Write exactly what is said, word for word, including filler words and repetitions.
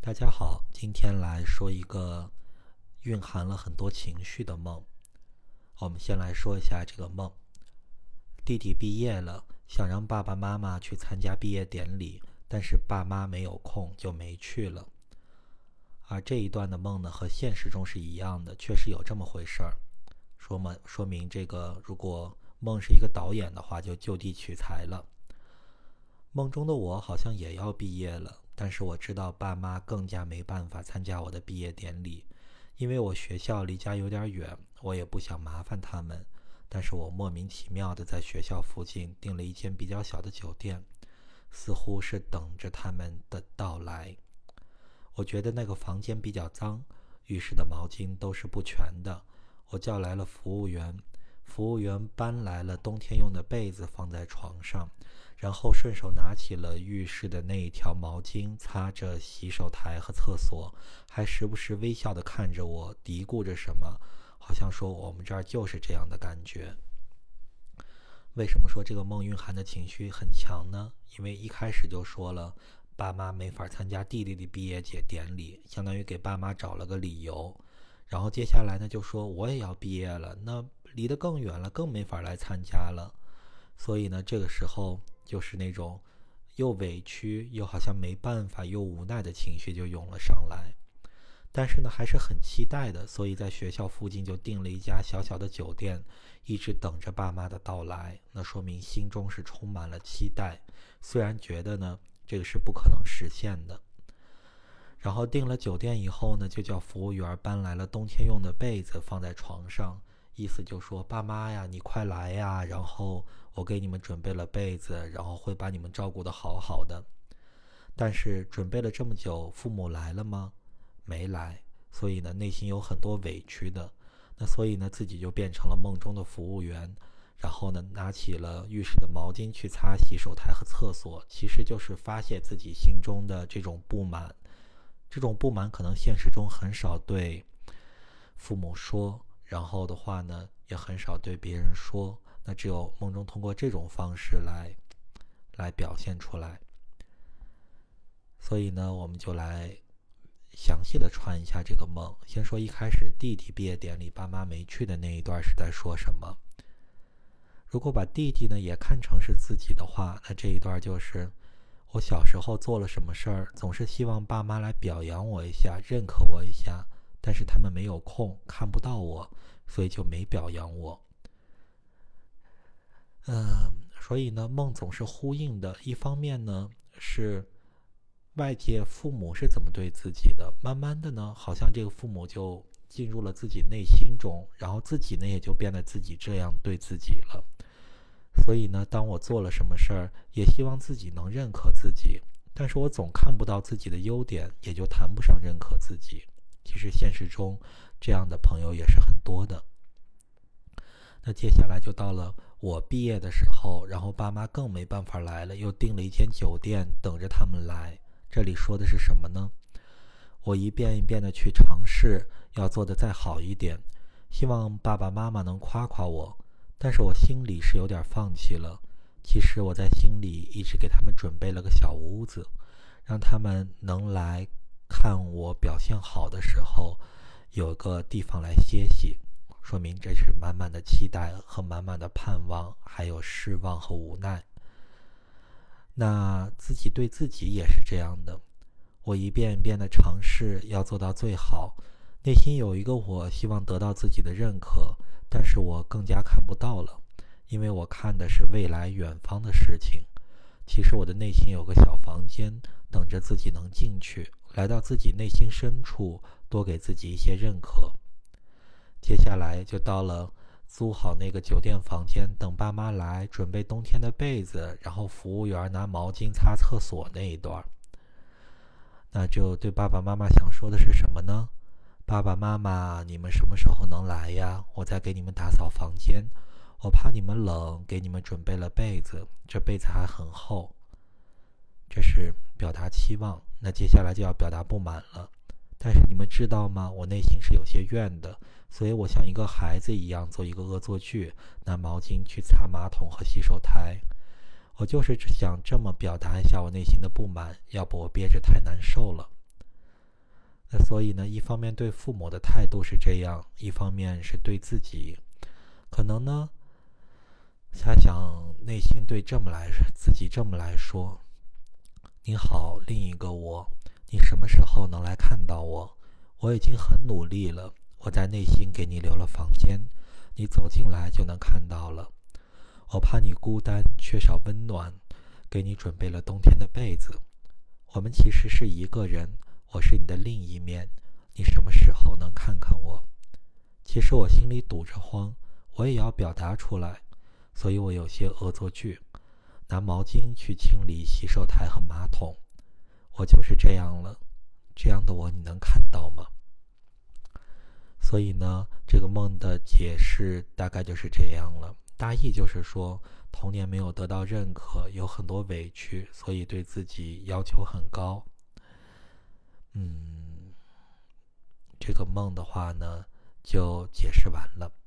大家好，今天来说一个蕴含了很多情绪的梦。我们先来说一下这个梦。弟弟毕业了，想让爸爸妈妈去参加毕业典礼，但是爸妈没有空，就没去了。而这一段的梦呢，和现实中是一样的，确实有这么回事儿。说明说明这个，如果梦是一个导演的话，就就地取材了。梦中的我好像也要毕业了，但是我知道爸妈更加没办法参加我的毕业典礼，因为我学校离家有点远，我也不想麻烦他们。但是我莫名其妙的在学校附近订了一间比较小的酒店，似乎是等着他们的到来。我觉得那个房间比较脏，浴室的毛巾都是不全的。我叫来了服务员，服务员搬来了冬天用的被子放在床上，然后顺手拿起了浴室的那一条毛巾，擦着洗手台和厕所，还时不时微笑地看着我，嘀咕着什么，好像说我们这儿就是这样的感觉。为什么说这个梦蕴含的情绪很强呢？因为一开始就说了爸妈没法参加弟弟的毕业节典礼，相当于给爸妈找了个理由。然后接下来呢就说我也要毕业了，那离得更远了，更没法来参加了。所以呢这个时候就是那种又委屈又好像没办法又无奈的情绪就涌了上来。但是呢还是很期待的，所以在学校附近就订了一家小小的酒店，一直等着爸妈的到来。那说明心中是充满了期待，虽然觉得呢这个是不可能实现的。然后订了酒店以后呢，就叫服务员搬来了冬天用的被子放在床上，意思就说爸妈呀你快来呀，然后我给你们准备了被子，然后会把你们照顾得好好的。但是准备了这么久，父母来了吗？没来。所以呢内心有很多委屈的。那所以呢自己就变成了梦中的服务员，然后呢拿起了浴室的毛巾去擦洗手台和厕所，其实就是发泄自己心中的这种不满。这种不满可能现实中很少对父母说，然后的话呢也很少对别人说，那只有梦中通过这种方式来来表现出来。所以呢我们就来详细的串一下这个梦。先说一开始弟弟毕业典礼爸妈没去的那一段是在说什么。如果把弟弟呢也看成是自己的话，那这一段就是我小时候做了什么事儿，总是希望爸妈来表扬我一下，认可我一下，但是他们没有空，看不到我，所以就没表扬我。嗯，所以呢梦总是呼应的，一方面呢是外界父母是怎么对自己的，慢慢的呢好像这个父母就进入了自己内心中，然后自己呢也就变得自己这样对自己了。所以呢当我做了什么事儿，也希望自己能认可自己，但是我总看不到自己的优点，也就谈不上认可自己。其实现实中这样的朋友也是很多的。那接下来就到了我毕业的时候，然后爸妈更没办法来了，又订了一间酒店等着他们来。这里说的是什么呢？我一遍一遍的去尝试要做得再好一点，希望爸爸妈妈能夸夸我，但是我心里是有点放弃了。其实我在心里一直给他们准备了个小屋子，让他们能来看我表现好的时候有个地方来歇息。说明这是满满的期待和满满的盼望，还有失望和无奈。那自己对自己也是这样的，我一遍一遍的尝试要做到最好，内心有一个我希望得到自己的认可，但是我更加看不到了，因为我看的是未来远方的事情。其实我的内心有个小房间，等着自己能进去，来到自己内心深处，多给自己一些认可。接下来就到了租好那个酒店房间，等爸妈来准备冬天的被子，然后服务员拿毛巾擦厕所那一段。那就对爸爸妈妈想说的是什么呢？爸爸妈妈，你们什么时候能来呀？我在给你们打扫房间，我怕你们冷，给你们准备了被子，这被子还很厚。这是表达期望。那接下来就要表达不满了。但是你们知道吗？我内心是有些怨的，所以我像一个孩子一样做一个恶作剧，拿毛巾去擦马桶和洗手台。我就是想这么表达一下我内心的不满，要不我憋着太难受了。 那所以呢，一方面对父母的态度是这样，一方面是对自己，可能呢，瞎想内心对这么来自己这么来说：你好，另一个我，你什么时候能来看到我？我已经很努力了，我在内心给你留了房间，你走进来就能看到了。我怕你孤单，缺少温暖，给你准备了冬天的被子。我们其实是一个人，我是你的另一面，你什么时候能看看我？其实我心里堵着慌，我也要表达出来，所以我有些恶作剧，拿毛巾去清理洗手台和马桶。我就是这样了，这样的我你能看到吗？所以呢，这个梦的解释大概就是这样了。大意就是说，童年没有得到认可，有很多委屈，所以对自己要求很高。嗯，这个梦的话呢，就解释完了。